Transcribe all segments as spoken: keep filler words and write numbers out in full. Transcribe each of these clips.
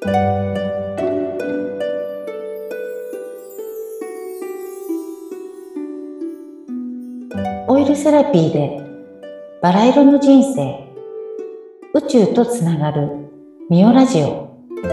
オイルセラピーでバラ色の人生、宇宙とつながるミオラジオ。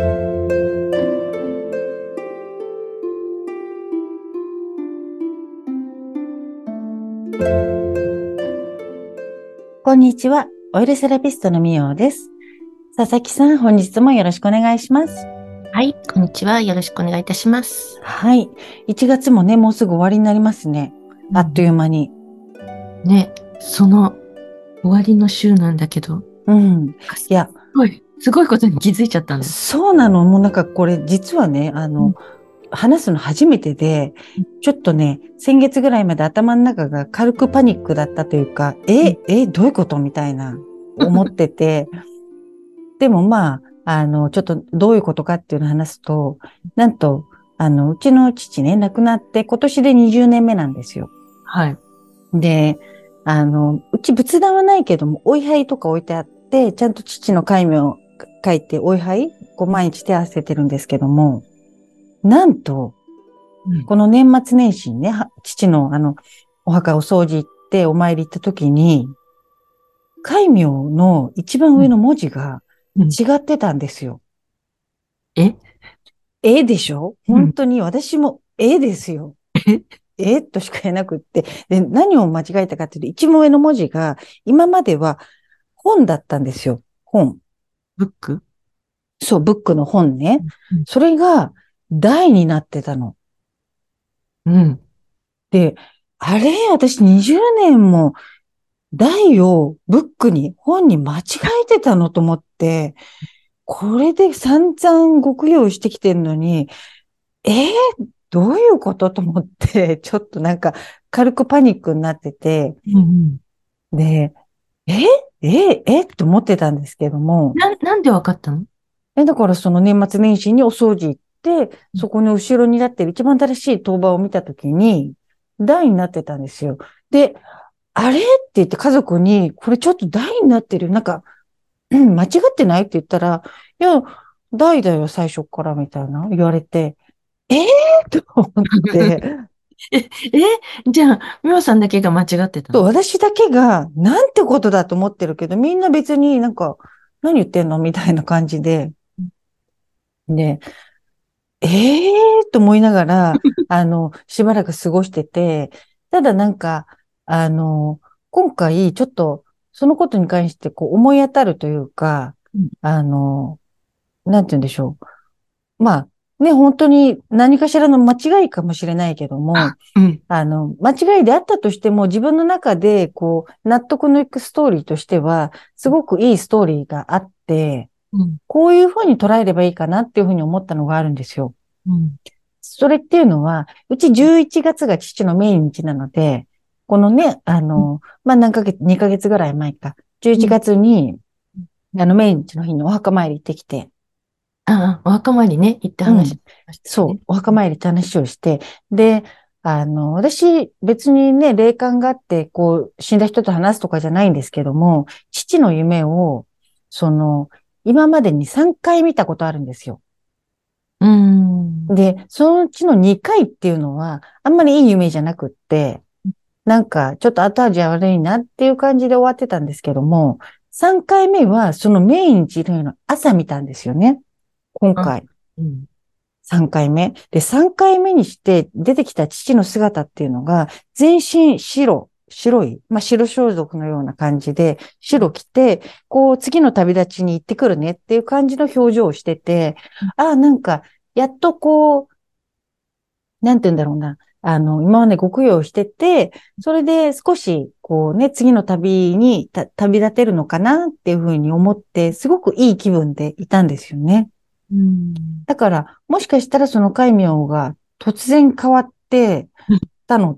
こんにちは、オイルセラピストのミオです。佐々木さん、本日もよろしくお願いします。 はい、こんにちは。よろしくお願いいたします。 はい、いちがつもね、もうすぐ終わりになりますね。あっという間に。 ね、その終わりの週なんだけど、 うん。いすや、 ごい、すごいことに気づいちゃったの。 そうなの。もうなんかこれ実はね、あの、 うん話すの初めてで、ちょっとね、先月ぐらいまで頭の中が軽くパニックだったというか、え、え、どういうことみたいな思ってて、でもまあ、あの、ちょっとどういうことかっていうのを話すと、なんと、あの、うちの父ね、亡くなって今年でにじゅうねんめなんですよ。 はい。 で、あの、うち仏壇はないけども、お位牌とか置いてあって、ちゃんと父の戒名を書いて、お位牌、こう毎日手合わせてるんですけども、なんと、 うん。 この年末年始にね、父のあの、お墓お掃除行ってお参り行った時に、戒名の一番うん。 上の文字がうん。 違ってたんですよ。 ええでしょうん。 本当に私もえですよ。 ええとしか言えなくって。で、何を間違えたかっていうと、一番上の文字が今までは本だったんですよ。本。 ブック。 そう、ブックの本ね。 うん。 それが大になってたの。 うん。 で、あれ私にじゅうねんも題をブックに、本に間違えてたのと思って、これで散々ご供養してきてんのに、えー、どういうことと思って、ちょっとなんか軽くパニックになってて、 うん。 で、えええと思ってたんですけども、 な、なんでわかったの？ え、だからその年末年始にお掃除行って、そこの後ろになってる一番新しい当番を見たときに、台になってたんですよ。で、あれって言って家族に、これちょっと台になってる。なんか、うん、間違ってないって言ったら、いや、大だよ、最初からみたいな言われて、ええー、と思って、 え、え、じゃあ、みおさんだけが間違ってたとの？ 私だけが、なんてことだと思ってるけど、みんな別になんか、何言ってんのみたいな感じで、で、ええー、と思いながら、あの、しばらく過ごしてて、ただなんか、あの、今回、ちょっと、そのことに関して、こう、思い当たるというか、 うん。 あの、なんて言うんでしょう。まあ、ね、本当に何かしらの間違いかもしれないけども、 うん。 あの、間違いであったとしても、自分の中で、こう、納得のいくストーリーとしては、すごくいいストーリーがあって、 うん。 こういうふうに捉えればいいかなっていうふうに思ったのがあるんですよ。 うん。 それっていうのは、うちじゅういちがつがつが父の命日なので、このね、あの、まあ、何ヶ月、にかげつぐらい前か、11 うん。 月に、あの、命日の日にお墓参り行ってきて、 ああ、お墓参りね、行ってうん。 話しましたよね。 そう、お墓参りって話をして、で、あの、私、別にね、霊感があって、こう、死んだ人と話すとかじゃないんですけども、父の夢を、その、今までにさんかい見たことあるんですよ。 うん。 で、そのうちのにかいっていうのは、あんまりいい夢じゃなくって、なんか、ちょっと後味悪いなっていう感じで終わってたんですけども、さんかいめは、その命日の朝見たんですよね。今あ、 回。 うん。 さんかいめ。で、さんかいめにして出てきた父の姿っていうのが、全身白、白い、まあ、白装束のような感じで、白着て、こう、次の旅立ちに行ってくるねっていう感じの表情をしてて、ああ、なんか、やっとこう、なんて言うんだろうな。あの、今までご供養してて、それで少し、こうね、次の旅にた旅立てるのかなっていうふうに思って、すごくいい気分でいたんですよね。 うん。 だから、もしかしたらその戒名が突然変わってたのって、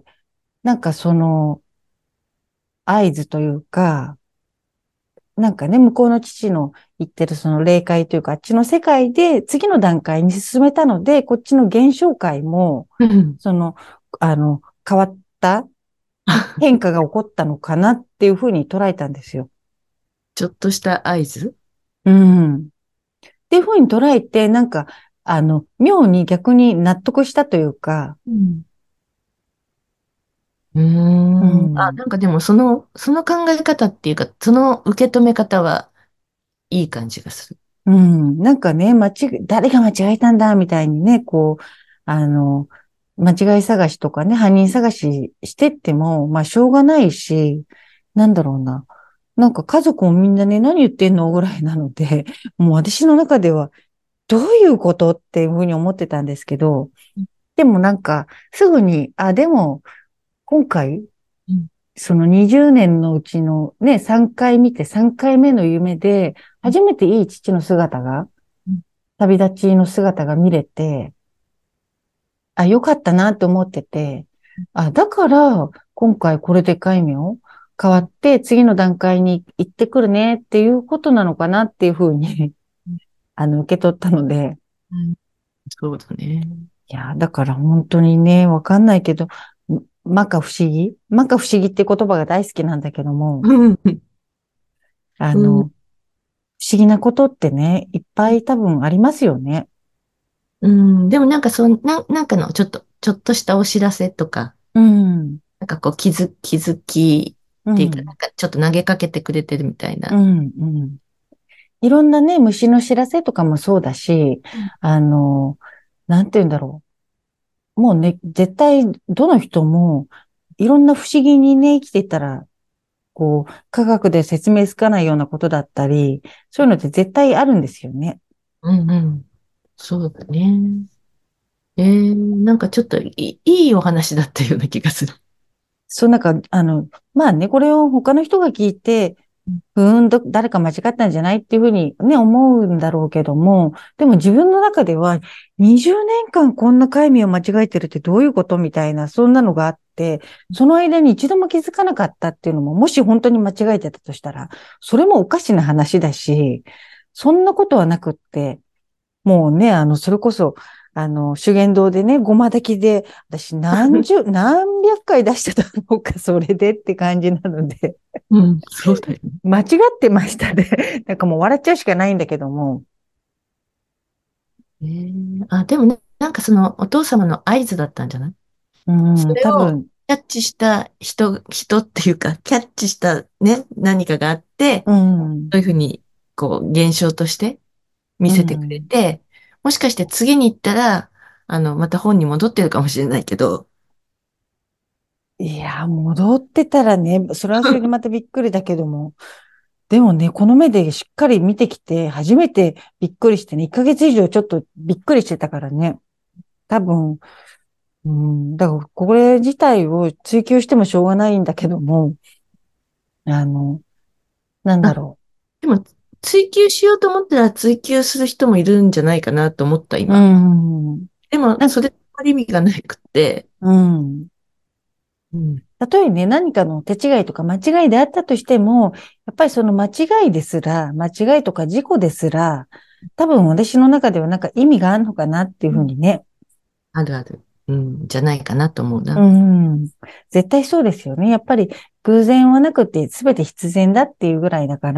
なんかその合図というか、なんかね、向こうの父の言ってるその霊界というか、あっちの世界で次の段階に進めたので、こっちの現象界も、 うん。 その、あの、変わった変化が起こったのかなっていうふうに捉えたんですよ。 ちょっとした合図。 うん。 っていうふうに捉えて、なんか、あの、妙に逆に納得したというか、 うん。うーうん。あ、 ん、 なんかでもその、その考え方っていうか、その受け止め方はいい感じがする。 うん、なんかね、間違い、誰が間違えたんだ、みたいにね、こう、あの、間違い探しとかね、犯人探ししてっても、まあ、しょうがないし、なんだろうな。なんか家族もみんなね、何言ってんのぐらいなので、もう私の中では、どういうことっていうふうに思ってたんですけど、でもなんか、すぐに、あ、でも、今回、 うん。 そのにじゅうねんのうちのね、さんかい見てさんかいめの夢で、初めていい父の姿が、 うん。 旅立ちの姿が見れて、あ、よかったなって思ってて、あ、だから、今回これで戒名変わって、次の段階に行ってくるねっていうことなのかなっていうふうにあの、受け取ったので、 うん。そうだね。 いや、だから本当にね、わかんないけど、摩訶不思議摩訶不思議って言葉が大好きなんだけども、 うん。 あうん。 の、不思議なことってね、いっぱい多分ありますよね。 うん。でもなんかそう、な、なんかのちょっと、ちょっとしたお知らせとか、 うん、 なんかこう気づ、気づきっていうか、なうん、 んかちょっと投げかけてくれてるみたいな。 うん、うん。いろんなね、虫の知らせとかもそうだし、 うん。 あの、なんて言うんだろう。もうね、絶対、どの人も、いろんな不思議にね、生きていたら、こう、科学で説明つかないようなことだったり、そういうのって絶対あるんですよね。 うんうん。そうだね。えー、なんかちょっといい、いいお話だったような気がする。 そう、なんか、あの、まあね、これを他の人が聞いて、 うん。 うーん、ど、誰か間違ったんじゃないっていうふうにね、思うんだろうけども、でも自分の中では、にじゅうねんかんこんな解明を間違えてるってどういうことみたいな、そんなのがあって、その間に一度も気づかなかったっていうのも、もし本当に間違えてたとしたら、それもおかしな話だし、そんなことはなくって、もうね、あの、それこそ、あの、修験道でね、ごま炊きで、私何十、何百回出してたのか、それでって感じなので、 うん、そうだよね。 間違ってましたね。なんかもう笑っちゃうしかないんだけども。 えー、あ、でもね、なんかそのお父様の合図だったんじゃない？ うそん、 れを多分、 キャッチした人、人っていうか、キャッチしたね、何かがあって、 うん、 そういうふうに、こう、現象として見うせてくれん。 て、もしかして次に行ったら、あの、また本に戻ってるかもしれないけど、 いや、戻ってたらね、それはそれでまたびっくりだけども。でもね、この目でしっかり見てきて、初めてびっくりしてね、いっかげつ以上ちょっとびっくりしてたからね。多分、うん、だからこれ自体を追求してもしょうがないんだけども、あの、なんだあ、 ろでも、追求しようと思ったら追求する人もいるんじゃないかなと思った、 う。う今。 ん、 でも、 なんそれあまり意味がなくって、 うん。 うん。 たとえね、何かの手違いとか間違いであったとしても、やっぱりその間違いですら、間違いとか事故ですら、多分私の中ではなんか意味があるのかなっていううん。 ふうにね。 あるある。うん、じゃないかなと思ううな。 ん。絶対そうですよね。やっぱり偶然はなくて全て必然だっていうぐらいだから、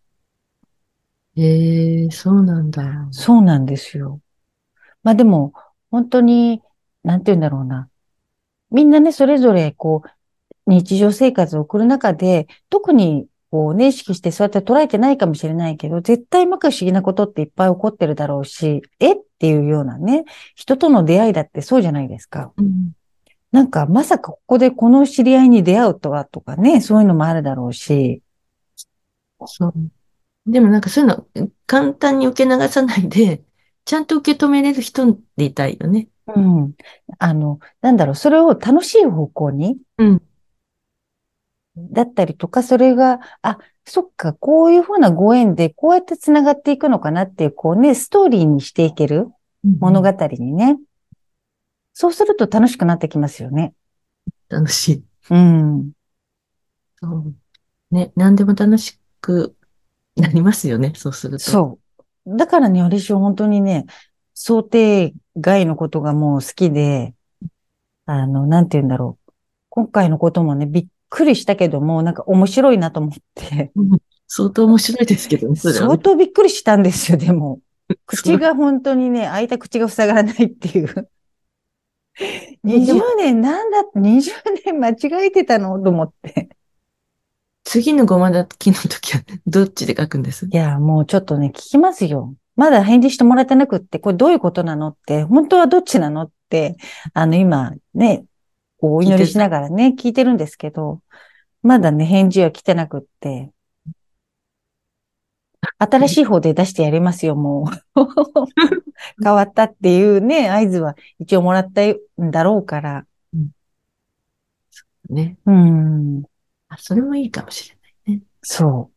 ええ、そうなんだ。 そうなんですよ。まあでも、本当に、なんて言うんだろうな。みんなね、それぞれこう、日常生活を送る中で、特にこうね、意識してそうやって捉えてないかもしれないけど、絶対まか不思議なことっていっぱい起こってるだろうし、えっていうようなね、人との出会いだってそうじゃないですか。 うん。 なんか、まさかここでこの知り合いに出会うとはとかね、そういうのもあるだろうし、 そう。でもなんかそういうの簡単に受け流さないで、ちゃんと受け止めれる人でいたいよね。 うん。あの、なんだろう、それを楽しい方向に、 うん。 だったりとか、それが、あ、そっか、こういうふうなご縁で、こうやって繋がっていくのかなっていう、こうね、ストーリーにしていけるうん。 物語にね。そうすると楽しくなってきますよね。 楽しい。 うん。 そう。ね、何でも楽しくなりますよね、そうすると。 そう。だからね、私は本当にね、想定外のことがもう好きで、あの、なんて言うんだろう。今回のこともね、びっくりしたけども、なんか面白いなと思って。 うん。 相当面白いですけどね、それはね。 相当びっくりしたんですよ、でも。 その口が本当にね、開いた口が塞がらないっていう。 ね、で 20 も、 年なんだって、にじゅうねん間違えてたのと思って。 次のごまだきの時はどっちで書くんです？ いや、もうちょっとね、聞きますよ。まだ返事してもらってなくって、これどういうことなのって、本当はどっちなのって、あの、今ね、こうお祈りしな聞いてた。 がらね、聞いてるんですけど、まだね、返事は来てなくって、新しい方で出してやりますよ、もう。変わったっていうね、合図は一応もらったんだろうから。 うんね。 うん、 あ、それもいいかもしれないね。 そう。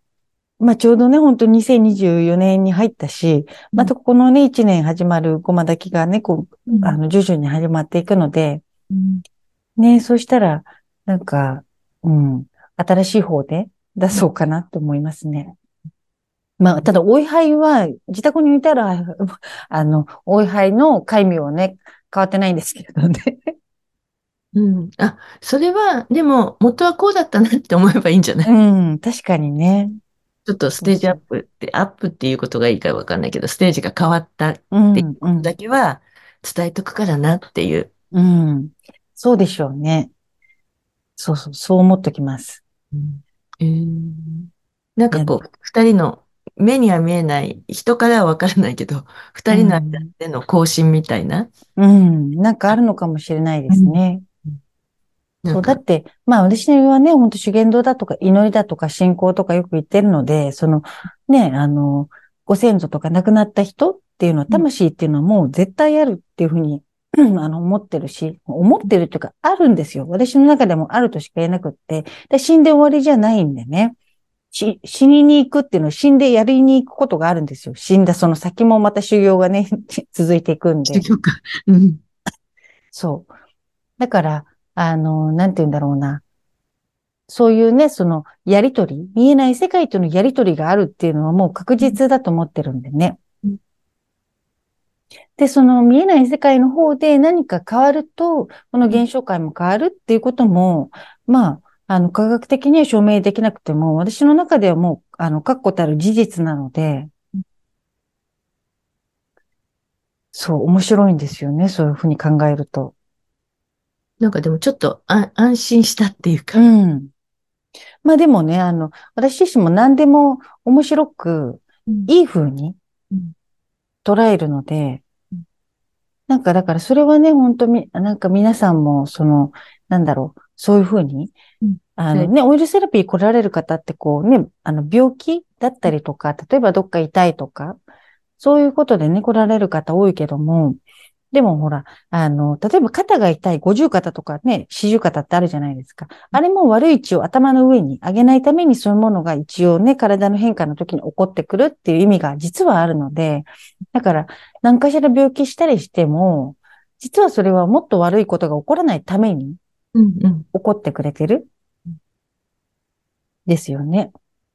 まあちょうどね、本当にせんにじゅうよねんに入ったし、 うん。 またこのね、いちねん始まるごま炊きがね、こう、 うん。 あの、徐々に始まっていくので、 うん。 ね、そうしたら、なんか、うん、新しい方で出うん。 そうかなと思いますね。まあ、ただ、お位牌は、自宅にいたら、あの、お位牌の戒名はね、変わってないんですけどね。 うん。あ、それは、でも、元はこうだったなって思えばいいんじゃなうい？ ん、確かにね。 ちょっとステージアッそうそう。 プって、アップっていうことがいいかわかんないけど、ステージが変わったっていううん、うことん、 だけは伝えとくからなっていう。 うん。そうでしょうね。そうそう、そう思っときます。 うん。えーなんいや、 かこう、二人の目には見えない、人からはわからないけど、 う二人の間ん、 での交信みたいな。 うん、なんかあるのかもしれないでうん。 すね。そう、だなんか、 って、まあ私はね、本当修験道だとか祈りだとか信仰とかよく言ってるので、その、ね、あの、ご先祖とか亡くなった人っていうのは、 うん。 魂っていうのはもう絶対あるっていうふうに、うんあの、思ってるし、思ってるっていうか、あるんですよ。私の中でもあるとしか言えなくって、で死んで終わりじゃないんでね。し、死にに行くっていうのは死んでやりに行くことがあるんですよ。死んだその先もまた修行がね、続いていくんで。 宗教か。うん。 そう。だから、あの、なんて言うんだろうな。そういうね、そのやりとり、見えない世界とのやりとりがあるっていうのはもう確うん。 実だと思ってるんでね。 うん。 で、その見えない世界の方で何か変わると、この現象界も変わるっていうことも、まあ、あの、科学的には証明できなくても、私の中ではもう、あの、確固たる事実なので、そう、面白いんですよね。そういうふうに考えると。 なんかでもちょっとあ安心したっていううか。 ん。まあでもね、あの、私自身も何でも面白く、 うん。 いい風にうん。 捉えるので、 うん。 なんかだからそれはね、本当み、なんか皆さんも、その、なんだろう、そういう風に、 うん。はい。 あのね、オイルセラピー来られる方ってこうね、あの、病気だったりとか、例えばどっか痛いとか、そういうことでね、来られる方多いけども、でもほら、あの、例えば肩が痛い五十肩とかね、四十肩ってあるじゃないですか。あれも悪い位置を頭の上に上げないためにそういうものが一応ね、体の変化の時に起こってくるっていう意味が実はあるので、だから何かしら病気したりしても、実はそれはもっと悪いことが起こらないためにうん。うん。 起こってくれてるですよね。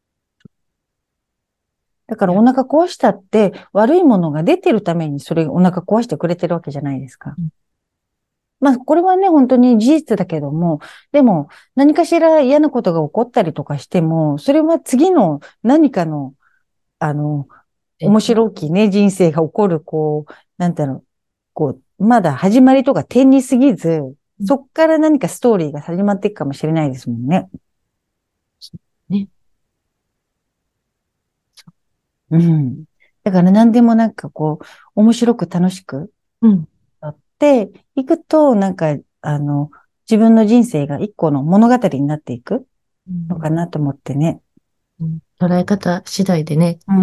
だからいや。 お腹壊したって悪いものが出てるためにそれお腹壊してくれてるわけじゃないですか。 うん。 まあ、これはね、本当に事実だけども、でも、何かしら嫌なことが起こったりとかしても、それは次の何かの、あの、面え、 白きね、人生が起こる、こう、なんていうの、こう、まだ始まりとか点に過ぎず、 うん。 そっから何かストーリーが始まっていくかもしれないですもんね。 ね。 うん。だから何でもなんかこう、面白く楽しくうん。 やっていくと、なんか、あの、自分の人生が一個の物語になっていくうん。 のかなと思ってね。 うん。捉え方次第でね、 うん。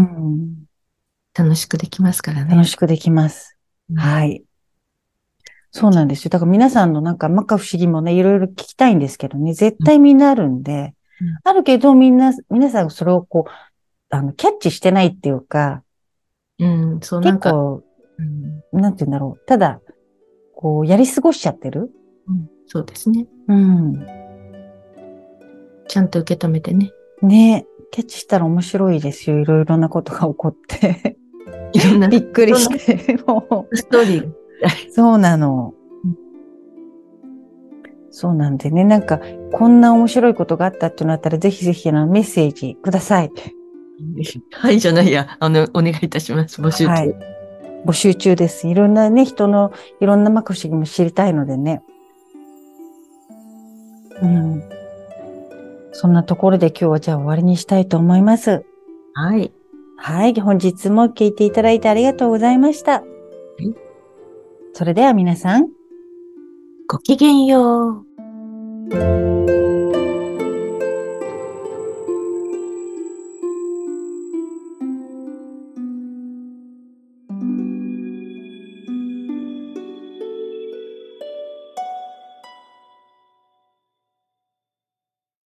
楽しくできますからね。 楽しくできます。 うん。 はい。そうなんですよ。だから皆さんのなんか摩訶不思議もね、いろいろ聞きたいんですけどね、絶うん。 対みんなあるんで、 うん。 あるけどみんな、皆さんそれをこう、あの、キャッチしてないっていうか、 うん。そう、なんか、 結構、 うん。 なんて言うんだろう。ただ、こう、やり過ごしちゃってる。 うん。そうですね。 うん。 ちゃんと受け止めてね。 ね、キャッチしたら面白いですよ。いろいろなことが起こって。 いろんな、いびっくりろんなして、もう。 ストーリーが。 そうなの。そうなんでね、なんか、こんな面白いことがあったっていうのあったら、ぜひぜひあのメッセージください。 はいじゃないや。あの、お願いいたします。募集中。 はい。募集中です。いろんなね、人のいろんなマクシも知りたいのでね。うん。そんなところで今日はじゃあ終わりにしたいと思います。 はい。 はい。本日も聞いていただいてありがとうございました。それでは皆さん、 ごきげんよう。